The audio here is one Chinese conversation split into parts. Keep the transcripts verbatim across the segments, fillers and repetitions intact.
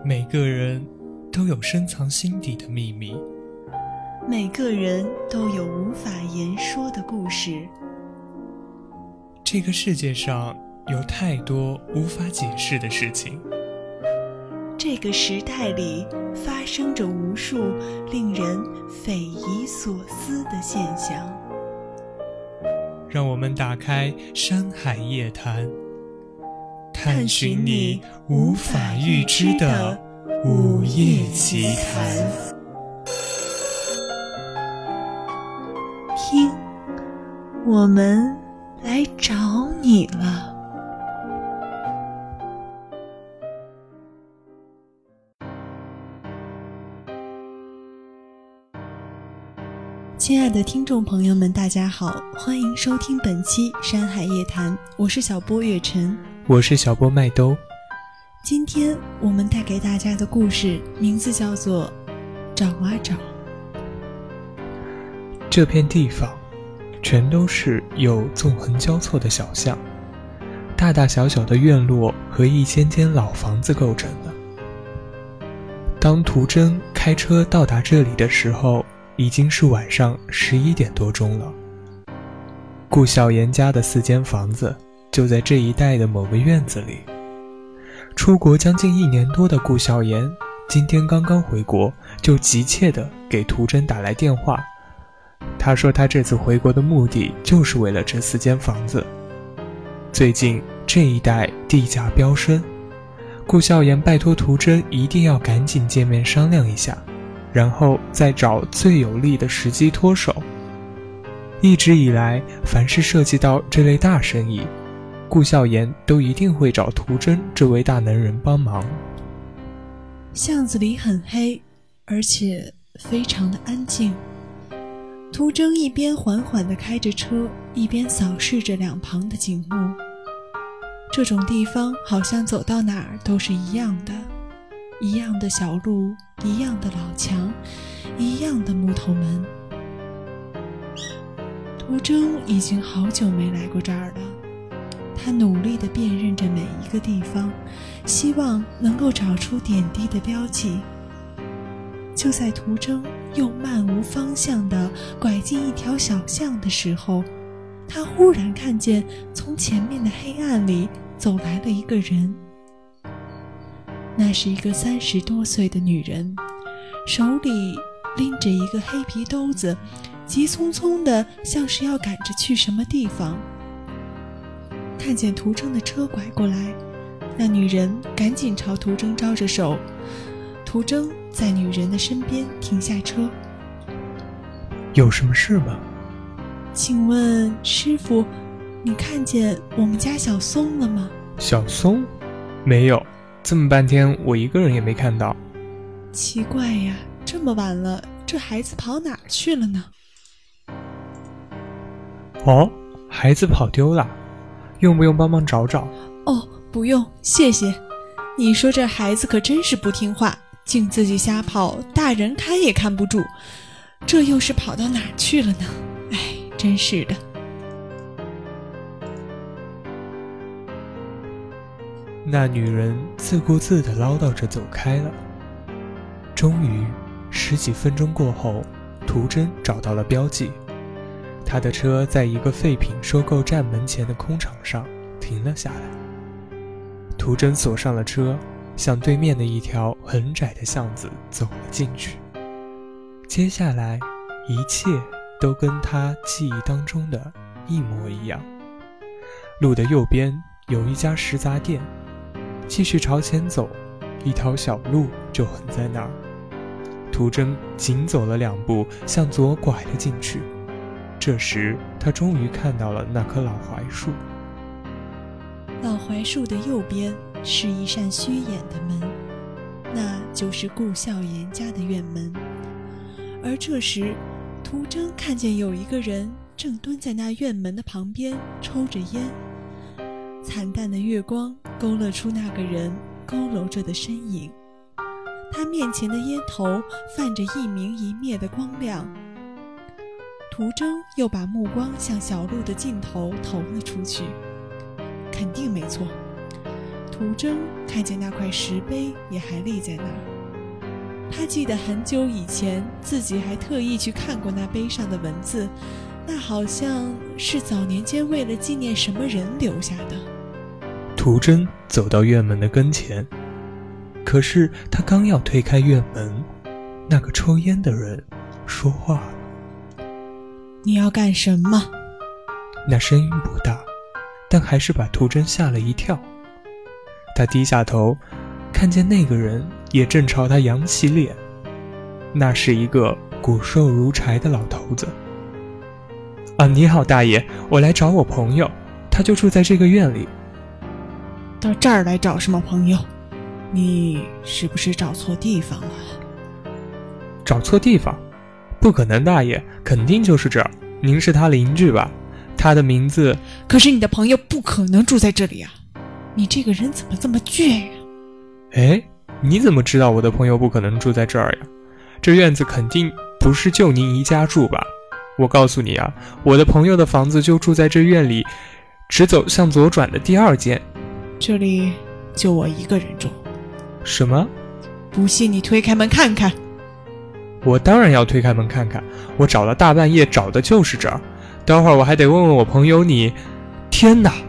每个人都有深藏心底的秘密， 每个人都有无法言说的故事。 这个世界上有太多无法解释的事情， 这个时代里发生着无数令人匪夷所思的现象。 让我们打开《山海夜谈》，探寻你无法预知的午夜奇谈。 听，我们来找你了。亲爱的听众朋友们，大家好，欢迎收听本期《山海夜谈》，我是小波月晨， 我是小波麦兜。 今天我们带给大家的故事名字叫做《找啊找》。 这片地方全都是有纵横交错的小巷，大大小小的院落和一间间老房子构成的。当涂真开车到达这里的时候，已经是晚上十一点多钟了。顾笑颜家的四间房子就在这一带的某个院子里。出国将近一年多的顾笑颜今天刚刚回国，就急切地给涂真打来电话。他说他这次回国的目的就是为了这四间房子。最近这一带地价飙升，顾笑颜拜托涂真一定要赶紧见面商量一下，然后再找最有利的时机脱手。一直以来，凡是涉及到这类大生意，顾笑颜都一定会找涂真这位大能人帮忙。 巷子里很黑，而且非常的安静。涂真一边缓缓地开着车，一边扫视着两旁的景物。这种地方好像走到哪儿都是一样的，一样的小路，一样的老墙，一样的木头门。涂真已经好久没来过这儿了，他努力地辨认着每一个地方，希望能够找出点滴的标记。就在涂真又漫无方向地拐进一条小巷的时候，他忽然看见从前面的黑暗里走来了一个人。那是一个三十多岁的女人，手里拎着一个黑皮兜子，急匆匆的，像是要赶着去什么地方。看见涂真的车拐过来，那女人赶紧朝涂真招着手。涂真在女人的身边停下车。 有什么事吗？ 请问师傅，你看见我们家小松了吗？ 小松？没有，这么半天我一个人也没看到。 奇怪呀，这么晚了，这孩子跑哪儿去了呢？ 哦，孩子跑丢了，用不用帮忙找找？ 哦，不用，谢谢。你说这孩子可真是不听话，净自己瞎跑，大人看也看不住，这又是跑到哪儿去了呢？哎，真是的。 那女人自顾自地唠叨着走开了。终于十几分钟过后，涂真找到了标记。他的车在一个废品收购站门前的空场上停了下来。涂真锁上了车，向对面的一条很窄的巷子走了进去。接下来一切都跟他记忆当中的一模一样。路的右边有一家食杂店，继续朝前走，一条小路就横在那儿。涂真紧走了两步，向左拐了进去。这时他终于看到了那棵老槐树。 老槐树的右边是一扇虚掩的门，那就是顾笑颜家的院门。而这时涂真看见有一个人正蹲在那院门的旁边抽着烟，惨淡的月光勾勒出那个人佝偻着的身影。他面前的烟头泛着一明一灭的光亮。涂真又把目光向小路的尽头投了出去。肯定没错。涂涂真看见那块石碑也还立在那儿。他记得很久以前自己还特意去看过那碑上的文字，那好像是早年间为了纪念什么人留下的。 涂真走到院门的跟前，可是他刚要推开院门，那个抽烟的人说话了。 你要干什么？ 那声音不大，但还是把涂真吓了一跳。他低下头，看见那个人也正朝他扬起脸，那是一个骨瘦如柴的老头子。啊，你好大爷，我来找我朋友，他就住在这个院里。 到这儿来找什么朋友？你是不是找错地方了？ 找错地方？不可能，大爷，肯定就是这儿。您是他邻居吧？他的名字…… 可是你的朋友不可能住在这里啊！你这个人怎么这么倔呀？ 哎，你怎么知道我的朋友不可能住在这儿呀？这院子肯定不是就您一家住吧？我告诉你啊，我的朋友的房子就住在这院里，直走向左转的第二间。 这里就我一个人住。 什么？ 不信你推开门看看。 我当然要推开门看看，我找了大半夜，找的就是这儿。待会儿我还得问问我朋友你……天哪！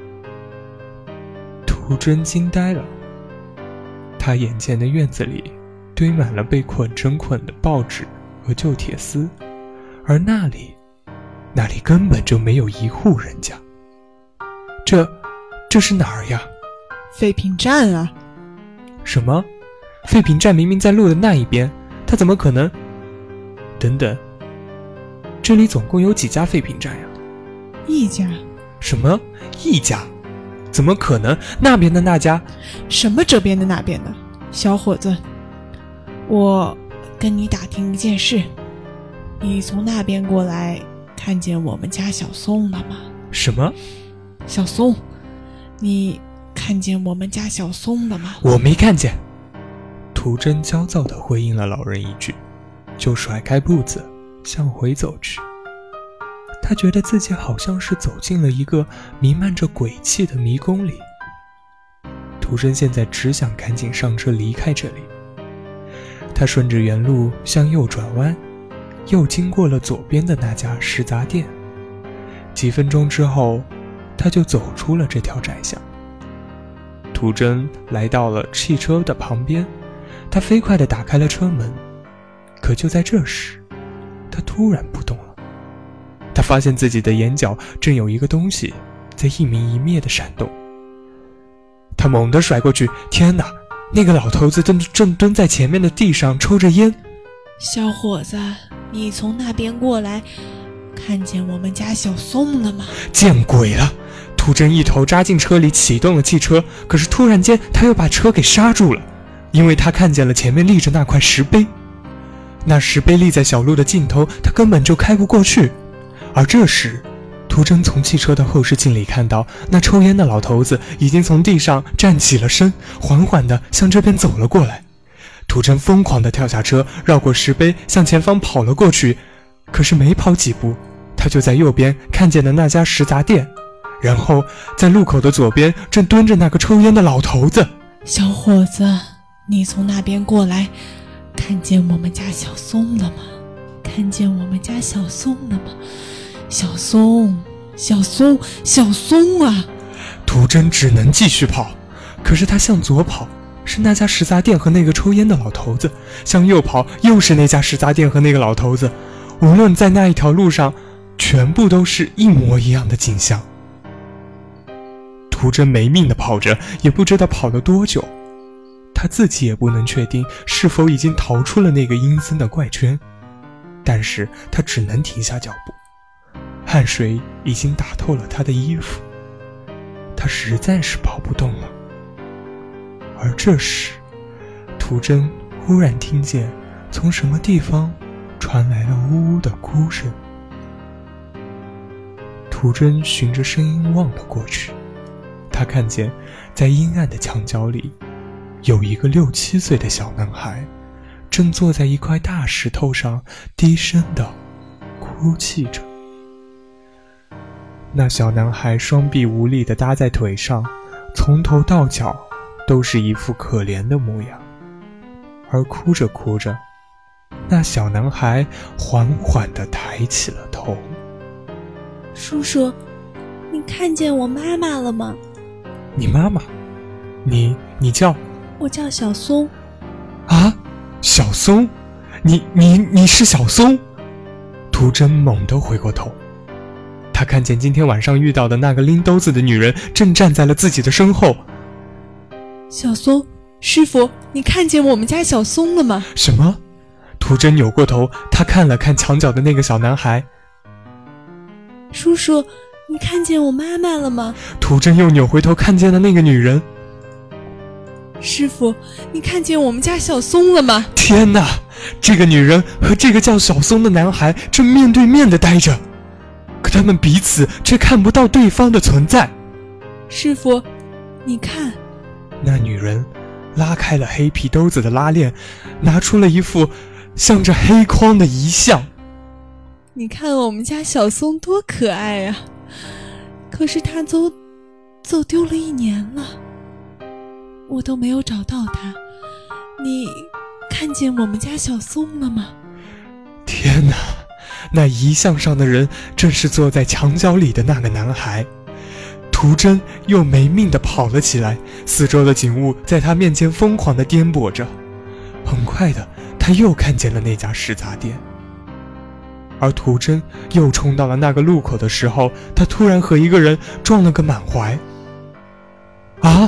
涂真惊呆了，他眼前的院子里堆满了被捆成捆的报纸和旧铁丝，而那里，那里根本就没有一户人家。这，这是哪儿呀？ 废品站啊！ 什么？废品站明明在路的那一边，他怎么可能……等等，这里总共有几家废品站呀？ 一家。 什么？一家？怎么可能？那边的那家…… 什么这边的那边的？小伙子，我跟你打听一件事，你从那边过来看见我们家小松了吗？ 什么？ 小松，你看见我们家小松了吗？ 我没看见。涂真焦躁地回应了老人一句，就甩开步子向回走去。他觉得自己好像是走进了一个弥漫着鬼气的迷宫里。涂真现在只想赶紧上车离开这里。他顺着原路向右转弯，又经过了左边的那家食杂店。几分钟之后，他就走出了这条窄巷。涂真来到了汽车的旁边，他飞快地打开了车门。可就在这时，他突然不动了。他发现自己的眼角正有一个东西在一明一灭地闪动。他猛地甩过去，天哪！那个老头子正正蹲在前面的地上抽着烟。 小伙子，你从那边过来，看见我们家小松了吗？ 见鬼了！涂真一头扎进车里，启动了汽车。可是突然间，他又把车给刹住了，因为他看见了前面立着那块石碑。那石碑立在小路的尽头，他根本就开不过去。而这时，涂真从汽车的后视镜里看到，那抽烟的老头子已经从地上站起了身，缓缓地向这边走了过来。涂真疯狂地跳下车，绕过石碑，向前方跑了过去。可是没跑几步，他就在右边看见了那家食杂店，然后在路口的左边正蹲着那个抽烟的老头子。 小伙子，你从那边过来，看见我们家小松了吗？看见我们家小松了吗？小松，小松，小松啊！ 涂真只能继续跑，可是他向左跑，是那家食杂店和那个抽烟的老头子；向右跑，又是那家食杂店和那个老头子。无论在那一条路上，全部都是一模一样的景象。涂真没命地跑着，也不知道跑了多久，他自己也不能确定是否已经逃出了那个阴森的怪圈，但是他只能停下脚步。汗水已经打透了他的衣服，他实在是跑不动了。而这时，涂真忽然听见从什么地方传来了呜呜的哭声。涂真循着声音望了过去，他看见在阴暗的墙角里，有一个六七岁的小男孩正坐在一块大石头上，低声地哭泣着。那小男孩双臂无力地搭在腿上， 从头到脚都是一副可怜的模样。而哭着哭着，那小男孩缓缓地抬起了头。 叔叔，你看见我妈妈了吗？ 你妈妈？你你叫？ 我叫小松。 啊，小松？你你你是小松？涂真猛地回过头，他看见今天晚上遇到的那个拎兜子的女人正站在了自己的身后。 小松，师傅，你看见我们家小松了吗？ 什么？涂真扭过头，他看了看墙角的那个小男孩。 叔叔，你看见我妈妈了吗？ 涂真又扭回头看见了那个女人。 师傅，你看见我们家小松了吗？ 天哪，这个女人和这个叫小松的男孩正面对面地待着，可他们彼此却看不到对方的存在。 师傅，你看， 那女人拉开了黑皮兜子的拉链，拿出了一副向着黑框的遗像。 你看我们家小松多可爱呀、啊！可是他走走丢了一年了，我都没有找到他。你看见我们家小松了吗？ 天哪，那遗像上的人正是坐在墙角里的那个男孩。涂真又没命地跑了起来，四周的景物在他面前疯狂地颠簸着。很快的，他又看见了那家食杂店。而涂真又冲到了那个路口的时候，他突然和一个人撞了个满怀。啊！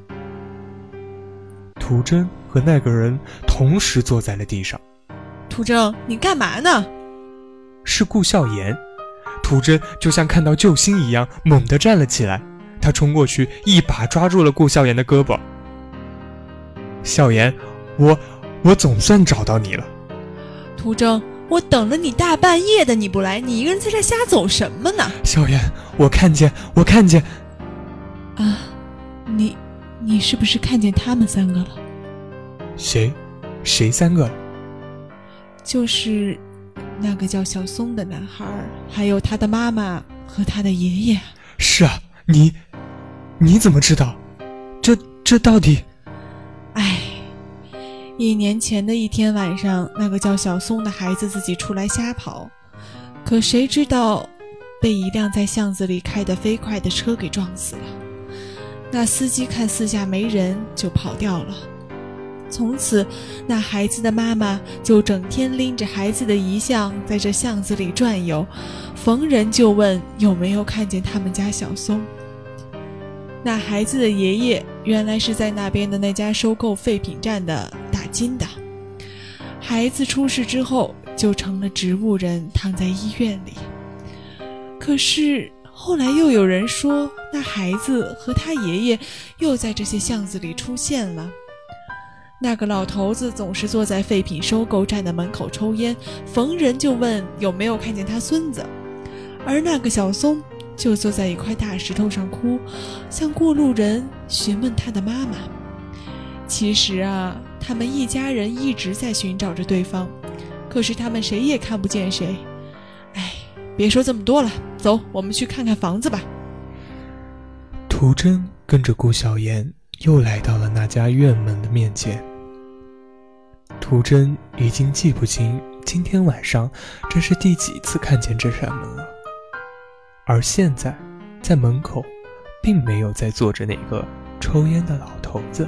涂真和那个人同时坐在了地上。 涂真，你干嘛呢？ 是顾笑言。涂真就像看到救星一样，猛地站了起来。他冲过去，一把抓住了顾笑言的胳膊。笑言，我我总算找到你了。 涂真，我等了你大半夜的，你不来，你一个人在这瞎走什么呢？ 笑言，我看见，我看见。 啊，你你是不是看见他们三个了？ 谁？谁三个了？ 就是那个叫小松的男孩，还有他的妈妈和他的爷爷。 是啊，你你怎么知道？这这到底…… 哎，一年前的一天晚上，那个叫小松的孩子自己出来瞎跑，可谁知道被一辆在巷子里开得飞快的车给撞死了。那司机看四下没人，就跑掉了。从此，那孩子的妈妈就整天拎着孩子的遗像在这巷子里转悠，逢人就问有没有看见他们家小松。那孩子的爷爷原来是在那边的那家收购废品站的打金的，孩子出事之后就成了植物人，躺在医院里。可是后来又有人说，那孩子和他爷爷又在这些巷子里出现了。那个老头子总是坐在废品收购站的门口抽烟，逢人就问有没有看见他孙子。而那个小松就坐在一块大石头上哭，向过路人询问他的妈妈。其实啊，他们一家人一直在寻找着对方，可是他们谁也看不见谁。哎，别说这么多了，走，我们去看看房子吧。 涂真跟着顾小言又来到了那家院门的面前。涂真已经记不清今天晚上这是第几次看见这扇门了，而现在在门口并没有再坐着那个抽烟的老头子。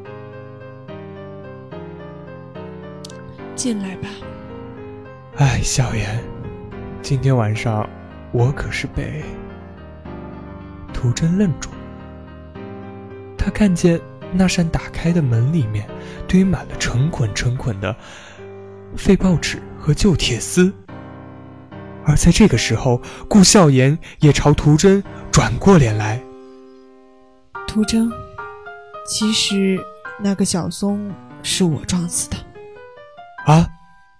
进来吧。 哎，小言，今天晚上我可是被……涂真愣住，他看见那扇打开的门里面堆满了成捆成捆的废报纸和旧铁丝，而在这个时候，顾笑言也朝涂真转过脸来。 涂真，其实那个小松是我撞死的。 啊？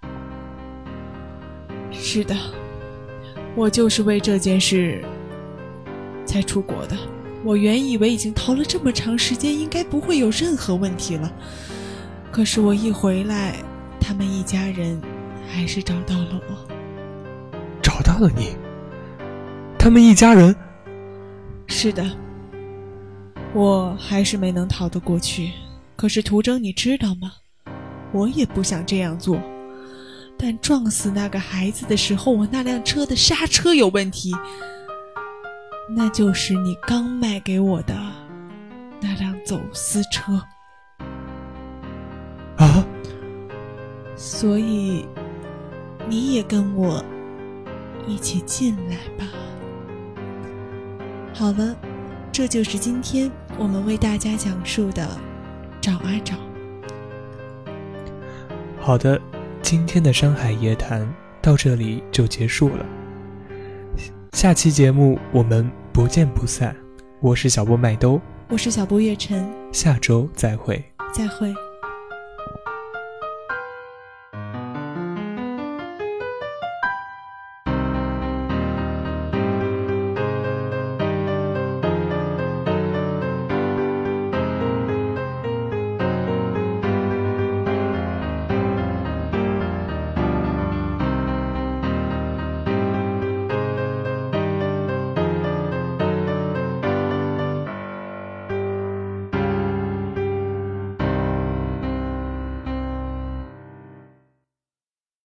是的，我就是为这件事才出国的。我原以为已经逃了这么长时间，应该不会有任何问题了。可是我一回来，他们一家人还是找到了我。 找到了你？他们一家人？ 是的。 我还是没能逃得过去。可是途征你知道吗？我也不想这样做，但撞死那个孩子的时候，我那辆车的刹车有问题，那就是你刚卖给我的那辆走私车。 啊！ 所以你也跟我一起进来吧。好了，这就是今天我们为大家讲述的找啊找。 好的，今天的山海夜谈到这里就结束了。下期节目我们不见不散。我是小波麦兜， 我是小波月晨， 下周再会。 再会。